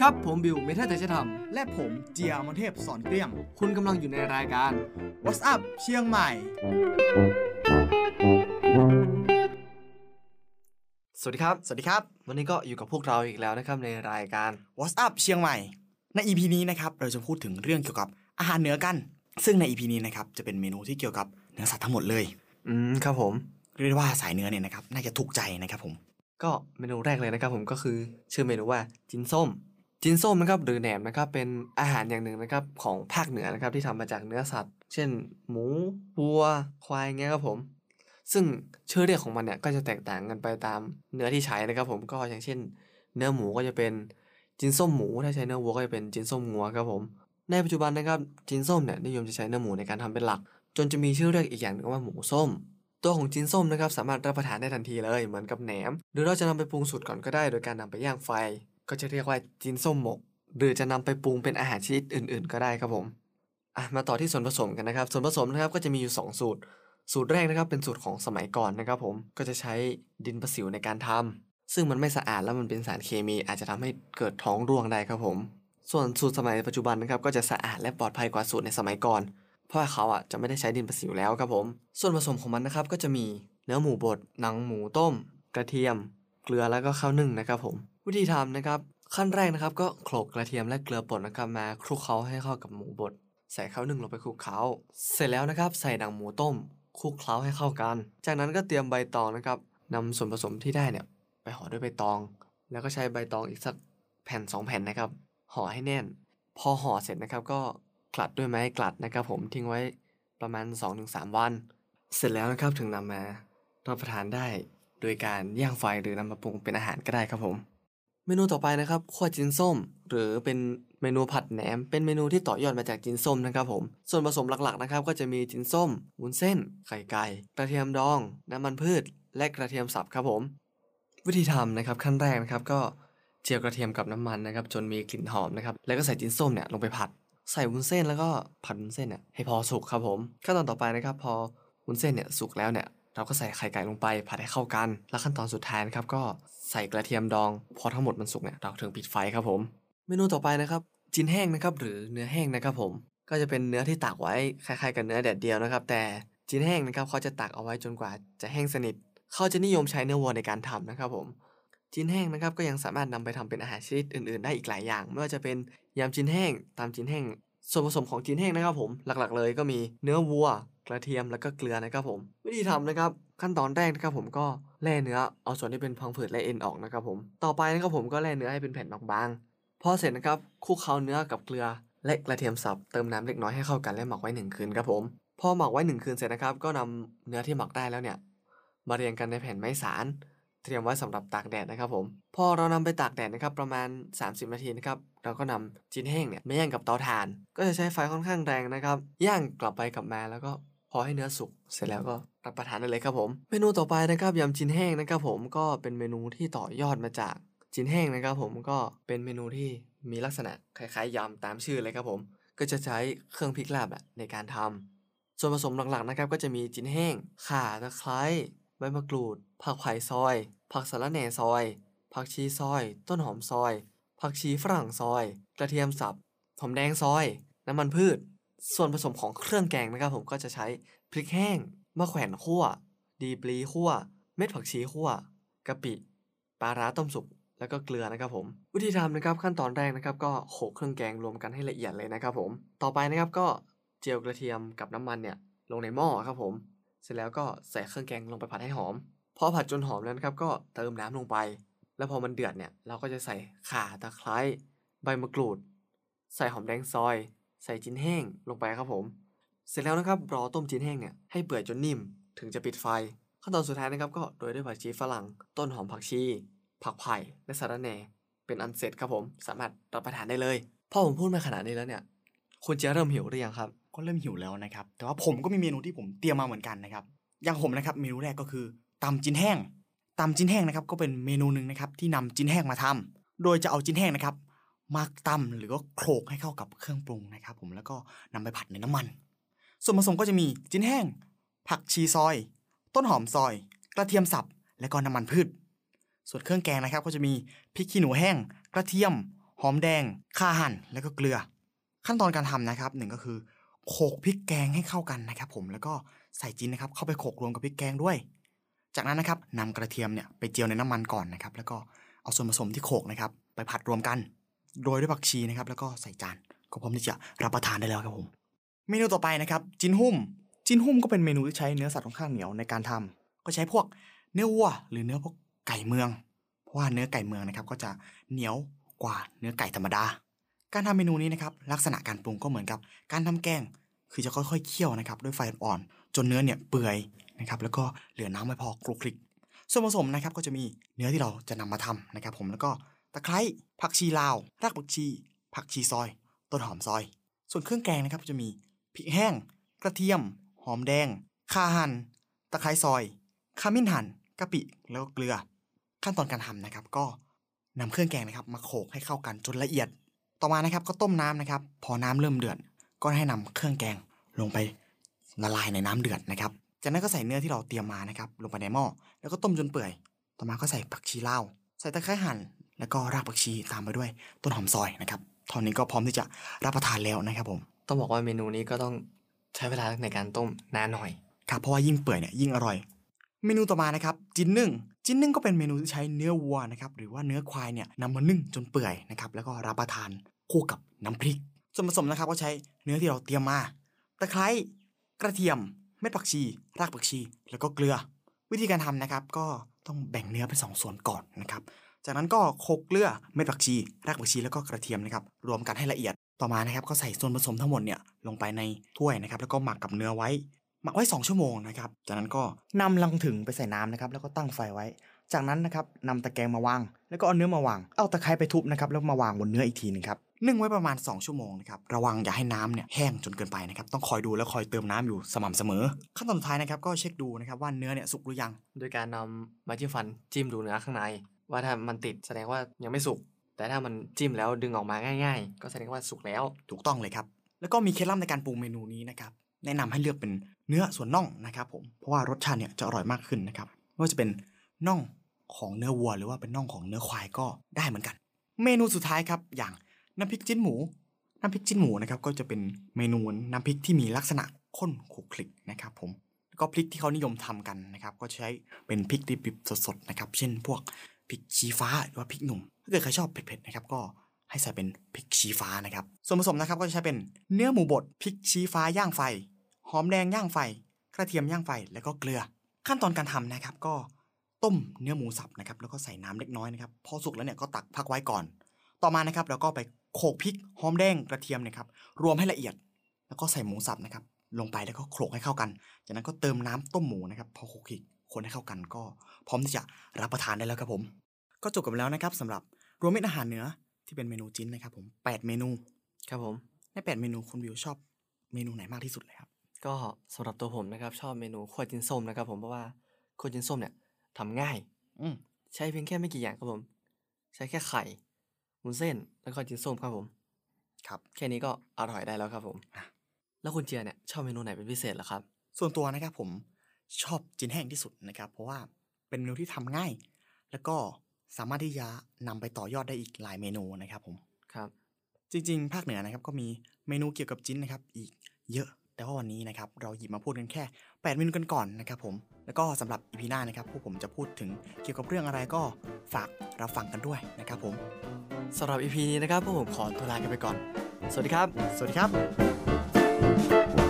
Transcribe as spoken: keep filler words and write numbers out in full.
ครับผมบิวเมทัลเตชะธรรมและผมเจียมนเทพสอนเกลี้ยงคุณกำลังอยู่ในรายการ What's Up เชียงใหม่สวัสดีครับสวัสดีครับวันนี้ก็อยู่กับพวกเราอีกแล้วนะครับในรายการ What's Up เชียงใหม่ใน อี พี นี้นะครับเราจะพูดถึงเรื่องเกี่ยวกับอาหารเหนือกันซึ่งใน อี พี นี้นะครับจะเป็นเมนูที่เกี่ยวกับเนื้อสัตว์ทั้งหมดเลยอืมครับผมเรียกว่าสายเนื้อเนี่ยนะครับน่าจะถูกใจนะครับผมก็เมนูแรกเลยนะครับผมก็คือชื่อเมนูว่าจินส้มจินส้มนะครับหรือแหนมนะครับเป็นอาหารอย่างหนึ่งนะครับของภาคเหนือนะครับที่ทำมาจากเนื้อสัตว์เช่นหมูวัวควายเงี้ยครับผมซึ่งชื่อเรียกของมันเนี่ยก็จะแตกต่างกันไปตามเนื้อที่ใช้นะครับผมก็อย่างเช่นเนื้อหมูก็จะเป็นจินส้มหมูถ้าใช้เนื้อวัวก็จะเป็นจินส้มงัวครับผมในปัจจุบันนะครับจินส้มเนี่ยนิยมจะใช้เนื้อหมูในการทำเป็นหลักจนจะมีชื่อเรียกอีกอย่างนึงว่าหมูส้มตัวของจินส้มนะครับสามารถรับประทานได้ทันทีเลยเหมือนกับแหนมหรือเราจะนำไปปรุงสุกก่อนก็ได้โดยการนำไปย่างไฟก็จะเรียกว่าจินส้มหมกหรือจะนำไปปรุงเป็นอาหารชนิดอื่นๆก็ได้ครับผมอ่ะมาต่อที่ส่วนผสมกันนะครับส่วนผสมนะครับก็จะมีอยู่สองสูตรสูตรแรกนะครับเป็นสูตรของสมัยก่อนนะครับผมก็จะใช้ดินประสิวในการทำซึ่งมันไม่สะอาดแล้วมันเป็นสารเคมีอาจจะทำให้เกิดท้องร่วงได้ครับผมส่วนสูตรสมัยปัจจุบันนะครับก็จะสะอาดและปลอดภัยกว่าสูตรในสมัยก่อนเพราะว่าเขาอ่ะจะไม่ได้ใช้ดินประสิวแล้วครับผมส่วนผสมของมันนะครับก็จะมีเนื้อหมูบดหนังหมูต้มกระเทียมเกลือแล้วก็ข้าวนึ่งนะครับผมวิธีทำนะครับขั้นแรกนะครับก็โขลกกระเทียมและเกลือป่นนะครับมาคลุกเคล้าให้เข้ากับหมูบดใส่ข้าวนึ่งลงไปคลุกเคล้าเสร็จแล้วนะครับใส่หนังหมูต้มคลุกเคล้าให้เข้ากันจากนั้นก็เตรียมใบตองนะครับนำส่วนผสมที่ได้เนี่ยไปห่อด้วยใบตองแล้วก็ใช้ใบตองอีกสักแผ่นสองแผ่นนะครับห่อให้แน่นพอห่อเสร็จนะครับก็กลัดด้วยไม้กลัดนะครับผมทิ้งไว้ประมาณ สองถึงสาม วันเสร็จแล้วนะครับถึงนำมารับประทานได้โดยการย่างไฟหรือนำมาปรุงเป็นอาหารก็ได้ครับผมเมนูต่อไปนะครับคั่วจินส้มหรือเป็นเมนูผัดแหนมเป็นเมนูที่ต่อยอดมาจากจินส้มนะครับผมส่วนผสมหลักๆนะครับก็จะมีจินส้มวุ้นเส้นไข่ไก่กระเทียมดองน้ำมันพืชและกระเทียมสับครับผมวิธีทำนะครับขั้นแรกนะครับก็เจียวกระเทียมกับน้ำมันนะครับจนมีกลิ่นหอมนะครับแล้วก็ใส่จินส้มเนี่ยลงไปผัดใส่วุ้นเส้นแล้วก็ผัดวุ้นเส้นเนี่ยให้พอสุกครับผมขั้นตอนต่อไปนะครับพอวุ้นเส้นเนี่ยสุกแล้วเนี่ยเราก็ใส่ไข่ไก่ลงไปผัดให้เข้ากันและขั้นตอนสุดท้ายนะครับก็ใส่กระเทียมดองพอทั้งหมดมันสุกเนี่ยเราถึงปิดไฟครับผมเมนูต่อไปนะครับจินแห้งนะครับหรือเนื้อแห้งนะครับผมก็จะเป็นเนื้อที่ตากไว้คล้ายๆกับเนื้อแดดเดียวนะครับแต่จินแห้งนะครับเขาจะตากเอาไว้จนกว่าจะแห้งสนิทเขาจะนิยมใช้เนื้อวัวในการทำนะครับผมจินแห้งนะครับก็ยังสามารถนำไปทำเป็นอาหารชนิดอื่นๆได้อีกหลายอย่างไม่ว่าจะเป็นยำจินแห้งตามจินแห้งส่วนผสมของจินแห้งนะครับผมหลักๆเลยก็มีเนื้อวัวกระเทียมแล้วก็เกลือนะครับผมวิธีทำนะครับขั้นตอนแรกนะครับผมก็แล่เนื้อเอาส่วนที่เป็นพังผืดและเอ็นออกนะครับผมต่อไปนะครับผมก็แล่เนื้อให้เป็นแผ่นบางๆพอเสร็จนะครับคลุกเคล้าเนื้อกับเกลือและกระเทียมสับเติมน้ำเล็กน้อยให้เข้ากันและหมักไว้หนึ่งคืนครับผมพอหมักไว้หนึ่งคืนเสร็จนะครับก็นำเนื้อที่หมักได้แล้วเนี่ยมาเรียงกันในแผ่นไม้สารเตรียมไว้สำหรับตากแดดนะครับผมพอเรานำไปตากแดดนะครับประมาณสามสิบนาทีนะครับเราก็นำจินแห้งเนี่ยมาย่างกับเตาถ่านก็จะใช้ไฟค่อนข้างแรงนะครับย่างกลับไปกลับมาแล้วก็พอให้เนื้อสุกเสร็จแล้วก็รับประทานได้เลยครับผมเมนูต่อไปนะครับยำจินแห้งนะครับผมก็เป็นเมนูที่ต่อยอดมาจากจินแห้งนะครับผมก็เป็นเมนูที่มีลักษณะคล้ายๆยำตามชื่อเลยครับผมก็จะใช้เครื่องพริกลาบในการทำส่วนผสมหลักๆนะครับก็จะมีจินแห้งข่าตะไคร้ใบมะกรูดผักไผ่ซอยผักสะระแหน่ซอยผักชีซอยต้นหอมซอยผักชีฝรั่งซอยกระเทียมสับหอมแดงซอยน้ำมันพืชส่วนผสมของเครื่องแกงนะครับผมก็จะใช้พริกแห้งมะแขวนคั่วดีปลีคั่วเม็ดผักชีคั่วกะปิปลาร้าต้มสุกแล้วก็เกลือนะครับผมวิธีทำนะครับขั้นตอนแรกนะครับก็โขลกเครื่องแกงรวมกันให้ละเอียดเลยนะครับผมต่อไปนะครับก็เจียวกระเทียมกับน้ำมันเนี่ยลงในหม้อครับผมเสร็จแล้วก็ใส่เครื่องแกงลงไปผัดให้หอมพอผัดจนหอมแล้วนะครับก็เติมน้ำลงไปแล้วพอมันเดือดเนี่ยเราก็จะใส่ข่าตะไคร้ใบมะกรูดใส่หอมแดงซอยใส่จินแห้งลงไปครับผมเสร็จแล้วนะครับรอต้มจินแห้งเนี่ยให้เปื่อยจนนิ่มถึงจะปิดไฟขั้นตอนสุดท้ายนะครับก็โรยด้วยผักชีฝรั่งต้นหอมผักชีผักไผ่และสะระแหน่เป็นอันเสร็จครับผมสามารถรับประทานได้เลยพอผมพูดมาขนาดนี้แล้วเนี่ยคุณจะเริ่มหิวหรือยังครับก็เริ่มหิวแล้วนะครับแต่ว่าผมก็มีเมนูที่ผมเตรียมมาเหมือนกันนะครับอย่างผมนะครับเมนูแรกก็คือตำจินแห้งตำจินแห้งนะครับก็เป็นเมนูนึงนะครับที่นำจินแห้งมาทำโดยจะเอาจินแห้งนะครับมาตำหรือก็โขลกให้เข้ากับเครื่องปรุงนะครับผมแล้วก็นำไปผัดในน้ำมันส่วนผสมก็จะมีจินแห้งผักชีซอยต้นหอมซอยกระเทียมสับและก็น้ำมันพืชส่วนเครื่องแกงนะครับก็จะมีพริกขี้หนูแห้งกระเทียมหอมแดงข่าหั่นแล้วก็เกลือขั้นตอนการทำนะครับหนึ่งก็คือโขลกพริกแกงให้เข้ากันนะครับผมแล้วก็ใส่จิ้นนะครับเข้าไปโขลกรวมกับพริกแกงด้วยจากนั้นนะครับนำกระเทียมเนี่ยไปเจียวในน้ำมันก่อนนะครับแล้วก็เอาส่วนผสมที่โขลกนะครับไปผัดรวมกันโรยด้วยผักชีนะครับแล้วก็ใส่จานก็พร้อมที่จะรับประทานได้แล้วครับผมเมนูต่อไปนะครับจิ้นหุ้มจิ้นหุ้มก็เป็นเมนูที่ใช้เนื้อสัตว์ค่อนข้างเหนียวในการทำก็ใช้พวกเนื้อวัวหรือเนื้อพวกไก่เมืองเพราะว่าเนื้อไก่เมืองนะครับก็จะเหนียวกว่าเนื้อไก่ธรรมดาการทำเมนูนี้นะครับลักษณะการปรุงก็เหมือนกับการทำแกงคือจะค่อยๆเคี่ยวนะครับด้วยไฟอ่อนๆจนเนื้อเนี่ยเปื่อยนะครับแล้วก็เหลือน้ำไม่พอคลุกคลิกส่วนผสมนะครับก็จะมีเนื้อที่เราจะนำมาทำนะครับผมแล้วก็ตะไคร้ผักชีลาวรากผักชีผักชีซอยต้นหอมซอยส่วนเครื่องแกงนะครับจะมีพริกแห้งกระเทียมหอมแดงข่าหั่นตะไคร้ซอยขมิ้นหั่นกะปิแล้วก็เกลือขั้นตอนการทำนะครับก็นำเครื่องแกงนะครับมาโขลกให้เข้ากันจนละเอียดต่อมานะครับก็ต้มน้ำนะครับพอน้ำเริ่มเดือดก็ให้นำเครื่องแกงลงไปละลายในน้ำเดือดนะครับจากนั้นก็ใส่เนื้อที่เราเตรียมมานะครับลงไปในหม้อแล้วก็ต้มจนเปื่อยต่อมาก็ใส่ผักชีลาวใส่ตะไคร้หั่นแล้วก็รากผักชีตามไปด้วยต้นหอมซอยนะครับเท่านี้ก็พร้อมที่จะรับประทานแล้วนะครับผมต้องบอกว่าเมนูนี้ก็ต้องใช้เวลาในการต้มนานหน่อยครับเพราะว่ายิ่งเปื่อยเนี่ยยิ่งอร่อยเมนูต่อมานะครับจิ้นนึ่งจิ้นนึ่งก็เป็นเมนูที่ใช้เนื้อวัวนะครับหรือว่าเนื้อควายเนี่ยนำมานึ่งจนเปื่อยนะครับแล้วก็รับประทานคู่กับน้ำพริกส่วนผสมนะครับก็ใช้เนื้อที่เราเตรียมมาตะไคร้กระเทียมเม็ดผักชีรากผักชีแล้วก็เกลือวิธีการทำนะครับก็ต้องแบ่งเนื้อเป็นสองส่วนก่อนนะครับจากนั้นก็โขลกเกลือเม็ดผักชีรากผักชีแล้วก็กระเทียมนะครับรวมกันให้ละเอียดต่อมานะครับก็ใส่ส่วนผสมทั้งหมดเนี่ยลงไปในถ้วยนะครับแล้วก็หมักกับเนื้อไว้หมักไว้สองชั่วโมงนะครับจากนั้นก็นำลังถึงไปใส่น้ำนะครับแล้วก็ตั้งไฟไว้จากนั้นนะครับนำตะแกรงมาวางแล้วก็เอาเนื้อมาวางเอาตะไคร้ไปทุบนะครับแล้วมาวางบนเนื้ออีกทีนึงครับนึ่งไว้ประมาณสองชั่วโมงนะครับระวังอย่าให้น้ำเนี่ยแห้งจนเกินไปนะครับต้องคอยดูแล้วคอยเติมน้ำอยู่สม่ำเสมอขั้นตอนสุดท้ายนะครับก็เช็คดูนะครับว่าเนื้อเนี่ยสุกหรือยังโดยการนำไม้จิ้มฟันจิ้มดูเนื้อข้างในว่าถ้ามันติดแสดงว่ายังไม่สุกแต่ถ้ามันจิ้มแล้วดึงออกมาง่ายๆก็แสดงว่าสุกแล้วถูกต้องเลยครับแล้วก็มีเคล็ดลับในการปรุงเมนูนี้นะครับแนะนำให้เลือกเป็นเนื้อส่วนน่องนะครับผมเพราะว่ารสชาติเนี่ยจะอร่อยมากขึ้นนะครับไม่ว่าจะเป็นน่องของเนื้อวัวหรือว่าเป็นน่องของเนื้อควายก็ได้เหมือนกันเมนูสุดท้ายครับอย่างน้ำพริกจิ้นหมูน้ำพริกจิ้นหมูนะครับก็จะเป็นเมนูน้ำพริกที่มีลักษณะข้นขลุกคลิกนะครับผมแล้วก็พริกที่เขานิยมทำกันนะครับก็ใช้เป็นพริกดิบๆสดๆนะครับเช่นพวกพริกชี้ฟ้าหรือว่าพริกหนุ่มถ้าเกิดใครชอบเผ็ดๆนะครับก็ให้ใส่เป็นพริกชี้ฟ้านะครับส่วนผสมนะครับก็จะใช้เป็นเนื้อหมูบดพริกชี้ฟ้าย่างไฟหอมแดงย่างไฟกระเทียมย่างไฟแล้วก็เกลือขั้นตอนการทำนะครับก็ต้มเนื้อหมูสับนะครับแล้วก็ใส่น้ำเล็กน้อยนะครับพอสุกแล้วเนี่ยก็ตักพักไว้ก่อนต่อมานะครับเราก็ไปโขลกพริกหอมแดงกระเทียมนะครับรวมให้ละเอียดแล้วก็ใส่หมูสับนะครับลงไปแล้วก็โขลกให้เข้ากันจากนั้นก็เติมน้ำต้มหมูนะครับพอโขลกคนให้เข้ากันก็พร้อมที่จะรับประทานได้แล้วครับผมก็จบกันแล้วนะครับสำหรับรวมมิตรอาหารเหนือที่เป็นเมนูจิ้นนะครับผมแปดเมนูครับผมในแปดเมนูคุณวิวชอบเมนูไหนมากที่สุดเลยครับก็สำหรับตัวผมนะครับชอบเมนูคั่วจิ้นส้มนะครับผมเพราะว่าคั่วจิ้นส้มเนี่ยทำง่ายอืมใช้เพียงแค่ไม่กี่อย่างครับผมใช้แค่ไข่วุ้นเส้นแล้วก็จิ้นส้มครับผมครับแค่นี้ก็อร่อยได้แล้วครับผมแล้วคุณเจียเนี่ยชอบเมนูไหนเป็นพิเศษเหรอครับส่วนตัวนะครับผมชอบจิ้นแห้งที่สุดนะครับเพราะว่าเป็นเมนูที่ทำง่ายแล้วก็สามารถที่จะนำไปต่อยอดได้อีกหลายเมนูนะครับผมครับจริงๆภาคเหนือนะครับก็มีเมนูเกี่ยวกับจิ้นนะครับอีกเยอะแต่ว่าวันนี้นะครับเราหยิบมาพูดกันแค่แปดเมนูกันก่อนนะครับผมแล้วก็สำหรับ อี พี หน้านะครับพวกผมจะพูดถึงเกี่ยวกับเรื่องอะไรก็ฝากรับฟังกันด้วยนะครับผมสำหรับ อี พี นี้นะครับพวกผมขอตัวลากันไปก่อนสวัสดีครับสวัสดีครับ